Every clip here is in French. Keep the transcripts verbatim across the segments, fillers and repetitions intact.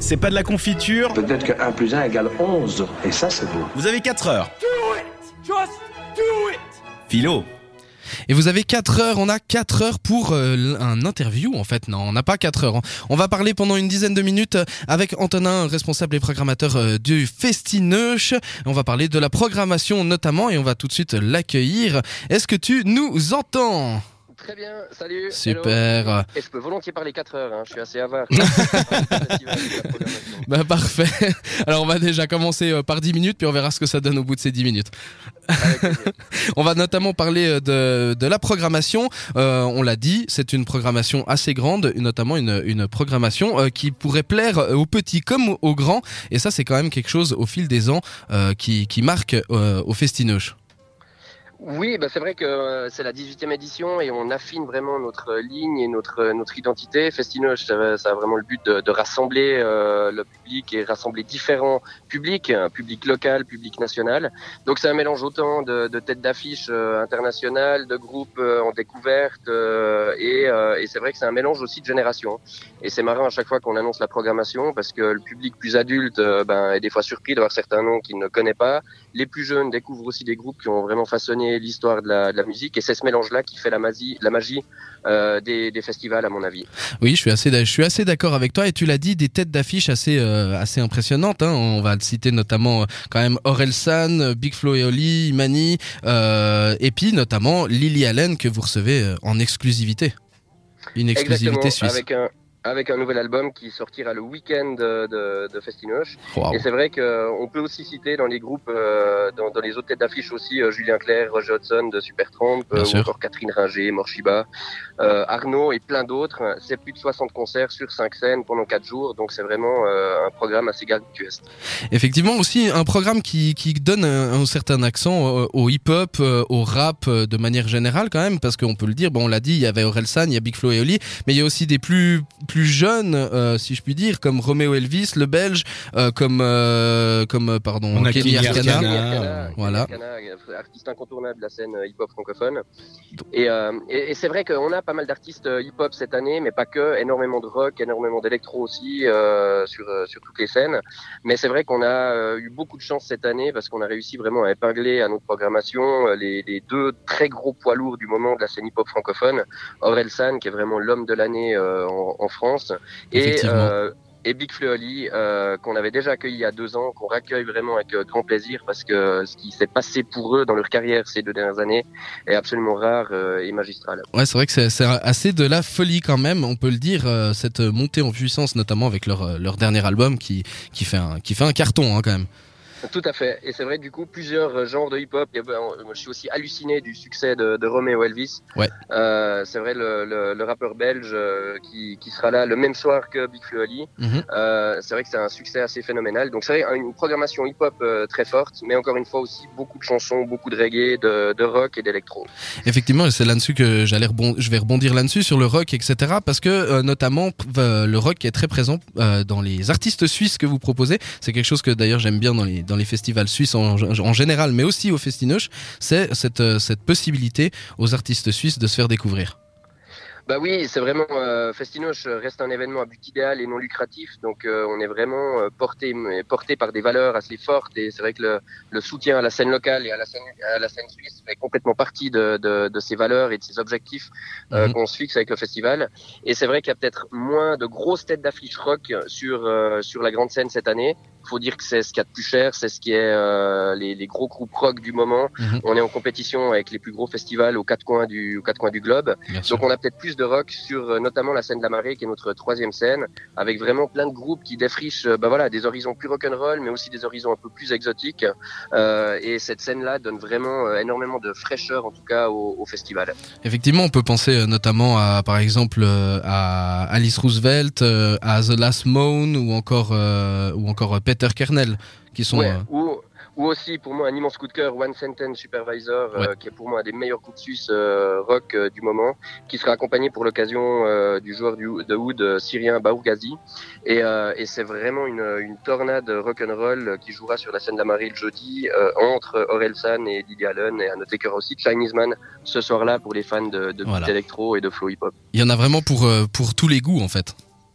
c'est pas de la confiture. Peut-être que un plus un égale onze, et ça c'est beau. Vous avez quatre heures. Do it! Just do it! Philo. Et vous avez quatre heures, on a quatre heures pour euh, un interview en fait, non on n'a pas quatre heures. On va parler pendant une dizaine de minutes avec Antonin, responsable et programmateur euh, du Festineuch. On va parler de la programmation notamment et on va tout de suite l'accueillir. Est-ce que tu nous entends ? Très bien, salut. Super. Hello. Et je peux volontiers parler quatre heures, hein, je suis assez avare. Bah parfait. Alors on va déjà commencer par dix minutes puis on verra ce que ça donne au bout de ces dix minutes. On va notamment parler de, de la programmation. Euh, on l'a dit, c'est une programmation assez grande, notamment une, une programmation euh, qui pourrait plaire aux petits comme aux grands. Et ça c'est quand même quelque chose au fil des ans euh, qui, qui marque euh, au Festineuch. Oui, bah c'est vrai que euh, c'est la dix-huitième édition et on affine vraiment notre ligne et notre notre identité. Festineuch, ça, ça a vraiment le but de, de rassembler euh, le public et rassembler différents publics, un public local, public national. Donc c'est un mélange autant de, de têtes d'affiche euh, internationales, de groupes euh, en découverte euh, et, euh, et c'est vrai que c'est un mélange aussi de générations. Et c'est marrant à chaque fois qu'on annonce la programmation parce que le public plus adulte euh, ben, est des fois surpris de voir certains noms qu'il ne connaît pas. Les plus jeunes découvrent aussi des groupes qui ont vraiment façonné l'histoire de la, de la musique et c'est ce mélange-là qui fait la magie, la magie euh, des, des festivals à mon avis. Oui, je suis assez, je suis assez d'accord avec toi et tu l'as dit, des têtes d'affiche assez, euh, assez impressionnantes. Hein. On va citer notamment euh, quand même Orelsan, Big Flo et Oli, Imani euh, et puis notamment Lily Allen que vous recevez euh, en exclusivité, une exclusivité Exactement, suisse. Avec un avec un nouvel album qui sortira le week-end de, de, de Festineuch. Wow. Et c'est vrai qu'on peut aussi citer dans les groupes, euh, dans, dans les autres têtes d'affiche aussi, euh, Julien Clerc, Roger Hodgson de Supertramp, euh, ou encore Catherine Ringer, Morshiba, euh, Arnaud et plein d'autres. C'est plus de soixante concerts sur cinq scènes pendant quatre jours, donc c'est vraiment euh, un programme assez gargantuesque. Effectivement aussi un programme qui, qui donne un, un certain accent euh, au hip-hop, euh, au rap euh, de manière générale quand même, parce qu'on peut le dire, bon on l'a dit, il y avait Orelsan, il y a Big Flo et Oli, mais il y a aussi des plus plus jeunes, euh, si je puis dire, comme Roméo Elvis, le Belge, euh, comme euh, comme pardon, on a Kenny Arcana, Arcana, voilà, Arcana, artiste incontournable de la scène hip-hop francophone. Et, euh, et, et c'est vrai qu'on a pas mal d'artistes hip-hop cette année, mais pas que, énormément de rock, énormément d'électro aussi euh, sur sur toutes les scènes. Mais c'est vrai qu'on a euh, eu beaucoup de chance cette année parce qu'on a réussi vraiment à épingler à notre programmation les, les deux très gros poids lourds du moment de la scène hip-hop francophone, Orelsan qui est vraiment l'homme de l'année euh, en, en France. Et, euh, et Big Flo et Oli, euh, qu'on avait déjà accueilli il y a deux ans, qu'on raccueille vraiment avec euh, grand plaisir parce que ce qui s'est passé pour eux dans leur carrière ces deux dernières années est absolument rare euh, et magistral. Ouais, c'est vrai que c'est, c'est assez de la folie quand même, on peut le dire, euh, cette montée en puissance, notamment avec leur leur dernier album qui qui fait un qui fait un carton hein, quand même. Tout à fait. Et c'est vrai, du coup, plusieurs genres de hip-hop. Moi, je suis aussi halluciné du succès de, de Roméo Elvis. Ouais. Euh, c'est vrai, le, le, le rappeur belge euh, qui, qui sera là le même soir que Big Flo et Oli. Mm-hmm. Euh, c'est vrai que c'est un succès assez phénoménal. Donc, c'est vrai, une programmation hip-hop euh, très forte, mais encore une fois aussi beaucoup de chansons, beaucoup de reggae, de, de rock et d'électro. Effectivement, c'est là-dessus que j'allais rebondir, je vais rebondir là-dessus sur le rock, et cetera. Parce que euh, notamment euh, le rock est très présent euh, dans les artistes suisses que vous proposez. C'est quelque chose que d'ailleurs j'aime bien dans les dans les festivals suisses en, en général, mais aussi au Festineuch, c'est cette, cette possibilité aux artistes suisses de se faire découvrir. Bah oui, c'est vraiment euh, Festineuch reste un événement à but idéal et non lucratif, donc euh, on est vraiment euh, porté porté par des valeurs assez fortes et c'est vrai que le, le soutien à la scène locale et à la scène à la scène suisse fait complètement partie de de, de ces valeurs et de ces objectifs euh, mmh. qu'on se fixe avec le festival. Et c'est vrai qu'il y a peut-être moins de grosses têtes d'affiche rock sur euh, sur la grande scène cette année. Il faut dire que c'est ce qu'il y a de plus cher, c'est ce qui est euh, les, les gros groupes rock du moment. Mmh. On est en compétition avec les plus gros festivals aux quatre coins du aux quatre coins du globe. Bien donc sûr. On a peut-être plus de rock sur euh, notamment la scène de la Marée qui est notre troisième scène, avec vraiment plein de groupes qui défrichent euh, bah voilà des horizons plus rock'n'roll, mais aussi des horizons un peu plus exotiques. Euh, et cette scène-là donne vraiment euh, énormément de fraîcheur en tout cas au, au festival. Effectivement, on peut penser euh, notamment à par exemple euh, à Alice Roosevelt, euh, à The Last Moan ou encore euh, ou encore Peter Kernel qui sont ouais, euh... ou, ou aussi pour moi un immense coup de cœur One Sentence Supervisor ouais. euh, qui est pour moi un des meilleurs groupes suisses euh, rock euh, du moment, qui sera accompagné pour l'occasion euh, du joueur du, de oud euh, syrien Baourgazi et, euh, et c'est vraiment une, une tornade rock'n'roll qui jouera sur la scène de la Marée le jeudi euh, entre Orelsan et Lily Allen, et à noter qu'il y aura aussi Chinese Man ce soir-là pour les fans de, de voilà. beat électro et de flow hip-hop. Il y en a vraiment pour, pour tous les goûts en fait.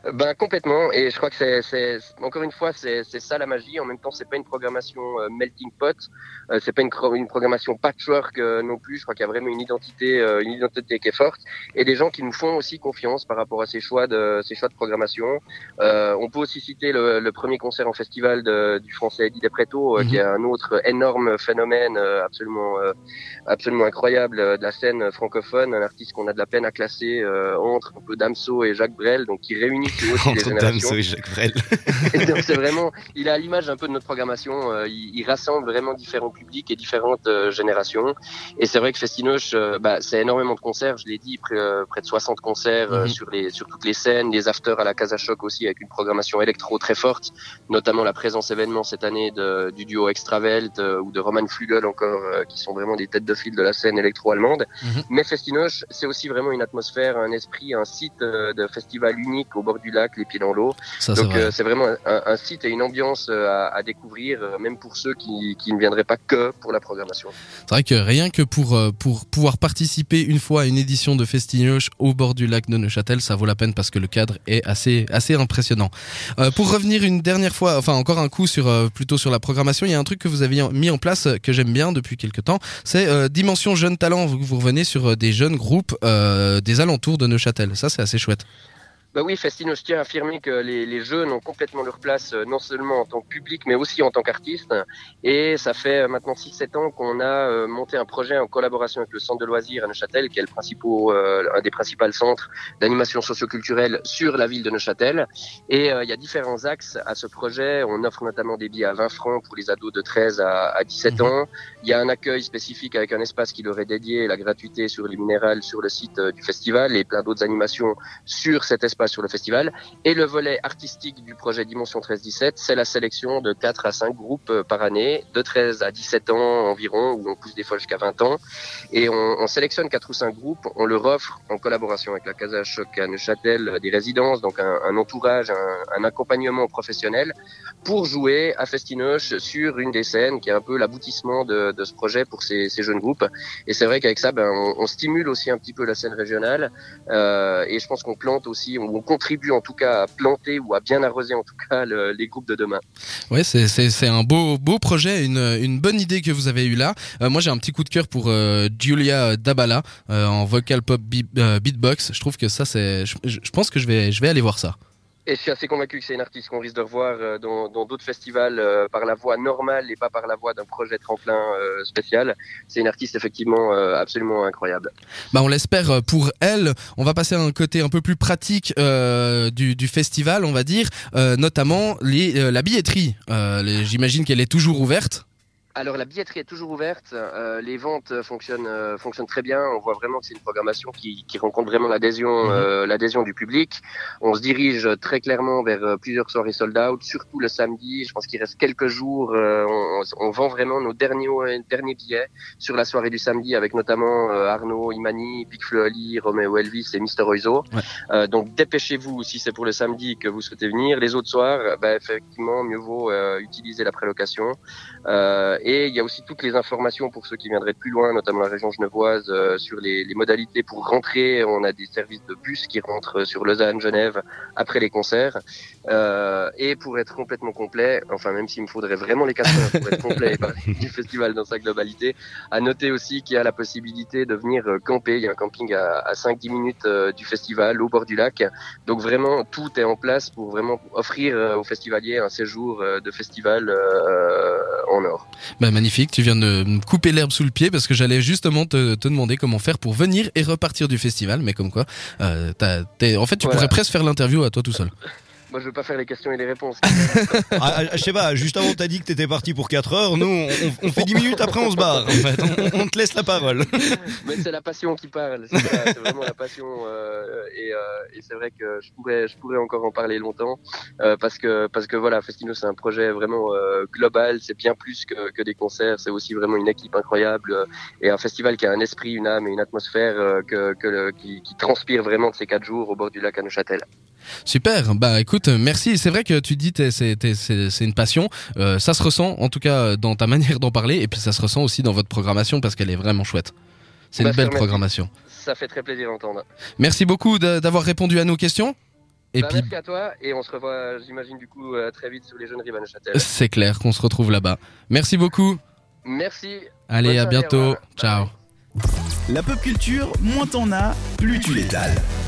Ben complètement, et je crois que c'est, c'est encore une fois c'est, c'est ça la magie. En même temps, c'est pas une programmation euh, melting pot, euh, c'est pas une, une programmation patchwork euh, non plus. Je crois qu'il y a vraiment une identité, euh, une identité qui est forte, et des gens qui nous font aussi confiance par rapport à ces choix de ces choix de programmation. Euh, on peut aussi citer le, le premier concert en festival de, du français Eddie Depretto, euh, mmh. qui est un autre énorme phénomène euh, absolument euh, absolument incroyable euh, de la scène francophone, un artiste qu'on a de la peine à classer euh, entre un peu Damso et Jacques Brel, donc qui réunit aussi des générations. Et Jacques Brel. Et donc c'est vraiment, il est à l'image un peu de notre programmation. Euh, il, il rassemble vraiment différents publics et différentes euh, générations. Et c'est vrai que Festinoche, euh, bah, c'est énormément de concerts. Je l'ai dit, près, euh, près de soixante concerts euh, mm-hmm. sur les sur toutes les scènes, des afters à la Casa Choc aussi avec une programmation électro très forte, notamment la présence événement cette année de, du duo Extravelt euh, ou de Roman Flügel encore, euh, qui sont vraiment des têtes de file de la scène électro-allemande. Mm-hmm. Mais Festinoche, c'est aussi vraiment une atmosphère, un esprit, un site euh, de festival unique au bord du lac, les pieds dans l'eau. Ça, donc c'est, euh, c'est vraiment un, un site et une ambiance à, à découvrir, euh, même pour ceux qui, qui ne viendraient pas que pour la programmation. C'est vrai que rien que pour, euh, pour pouvoir participer une fois à une édition de Festinoche au bord du lac de Neuchâtel, ça vaut la peine parce que le cadre est assez, assez impressionnant. Euh, pour revenir une dernière fois, enfin encore un coup sur, euh, plutôt sur la programmation, il y a un truc que vous avez mis en place que j'aime bien depuis quelques temps, c'est euh, Dimension Jeunes Talents. Vous, vous revenez sur des jeunes groupes euh, des alentours de Neuchâtel. Ça, c'est assez chouette. Bah oui, Festinoche tient à affirmer que les, les jeunes ont complètement leur place, euh, non seulement en tant que public, mais aussi en tant qu'artistes. Et ça fait euh, maintenant six sept ans qu'on a euh, monté un projet en collaboration avec le centre de loisirs à Neuchâtel, qui est le principal, euh, un des principaux centres d'animation socioculturelle sur la ville de Neuchâtel. Et euh, il y a différents axes à ce projet. On offre notamment des billets à vingt francs pour les ados de treize à dix-sept ans. Il y a un accueil spécifique avec un espace qui leur est dédié, la gratuité sur les minérales sur le site euh, du festival et plein d'autres animations sur cet espace sur le festival. Et le volet artistique du projet Dimension treize dix-sept, c'est la sélection de quatre à cinq groupes par année, de treize à dix-sept ans environ, où on pousse des fois jusqu'à vingt ans. Et on, on sélectionne quatre ou cinq groupes, on leur offre, en collaboration avec la Casa Choc à Neuchâtel, des résidences, donc un, un entourage, un, un accompagnement professionnel, pour jouer à Festinoche sur une des scènes qui est un peu l'aboutissement de, de ce projet pour ces, ces jeunes groupes. Et c'est vrai qu'avec ça, ben, on, on stimule aussi un petit peu la scène régionale, euh, et je pense qu'on plante aussi, on on contribue en tout cas à planter ou à bien arroser en tout cas le, les groupes de demain. Ouais, c'est c'est c'est un beau beau projet, une une bonne idée que vous avez eue là. Euh, moi j'ai un petit coup de cœur pour euh, Giulia Dabala euh, en vocal pop beat, euh, beatbox. Je trouve que ça c'est je, je pense que je vais je vais aller voir ça. Et je suis assez convaincu que c'est une artiste qu'on risque de revoir dans, dans d'autres festivals euh, par la voie normale et pas par la voie d'un projet tremplin euh, spécial. C'est une artiste effectivement euh, absolument incroyable. Bah on l'espère pour elle. On va passer à un côté un peu plus pratique euh, du, du festival, on va dire, euh, notamment les, euh, la billetterie. Euh, les, j'imagine qu'elle est toujours ouverte. Alors la billetterie est toujours ouverte, euh, les ventes fonctionnent euh, fonctionnent très bien. On voit vraiment que c'est une programmation qui, qui rencontre vraiment l'adhésion euh, l'adhésion du public. On se dirige très clairement vers euh, plusieurs soirées sold out, surtout le samedi. Je pense qu'il reste quelques jours. Euh, on, on vend vraiment nos derniers derniers billets sur la soirée du samedi, avec notamment euh, Arnaud Imani, Big Flo Ali, Romeo Elvis et Mister Oizo. Ouais. Euh, donc dépêchez-vous si c'est pour le samedi que vous souhaitez venir. Les autres soirs, bah, effectivement, mieux vaut euh, utiliser la prélocation. Euh, Et il y a aussi toutes les informations pour ceux qui viendraient de plus loin, notamment la région genevoise, euh, sur les, les modalités pour rentrer. On a des services de bus qui rentrent sur Lausanne, Genève, après les concerts. Euh, et pour être complètement complet, enfin même s'il me faudrait vraiment les quatre heures pour être complet et parler du festival dans sa globalité, à noter aussi qu'il y a la possibilité de venir camper. Il y a un camping à, à cinq à dix minutes euh, du festival, au bord du lac. Donc vraiment, tout est en place pour vraiment offrir euh, aux festivaliers un séjour euh, de festival euh, en or. Bah magnifique, tu viens de me couper l'herbe sous le pied parce que j'allais justement te, te demander comment faire pour venir et repartir du festival, mais comme quoi, euh, t'as, t'es, en fait tu voilà. pourrais presque faire l'interview à toi tout seul. Moi, je veux pas faire les questions et les réponses. ah, je sais pas, juste avant, t'as dit que t'étais parti pour quatre heures. Nous, on, on fait dix minutes, après on se barre. En fait. on, on te laisse la parole. Mais c'est la passion qui parle. C'est, c'est vraiment la passion. Euh, et, euh, et c'est vrai que je pourrais, je pourrais encore en parler longtemps. Euh, parce que, parce que voilà, Festino, c'est un projet vraiment euh, global. C'est bien plus que, que des concerts. C'est aussi vraiment une équipe incroyable. Euh, et un festival qui a un esprit, une âme et une atmosphère euh, que, que le, qui, qui transpire vraiment de ces quatre jours au bord du lac à Neuchâtel. Super, bah écoute, merci. C'est vrai que tu dis que c'est, c'est, c'est une passion, euh, ça se ressent en tout cas dans ta manière d'en parler, et puis ça se ressent aussi dans votre programmation parce qu'elle est vraiment chouette. C'est bah, une belle programmation. Ça fait très plaisir d'entendre. Merci beaucoup de, d'avoir répondu à nos questions. Et bah, puis, merci à toi et on se revoit, j'imagine, du coup, euh, très vite sous les jeunes rives à Neuchâtel. c'est clair qu'on se retrouve là-bas. Merci beaucoup. Merci. Allez, Bonne à soirée, au bientôt. revoir. Ciao. La pop culture, moins t'en as, plus tu l'étales.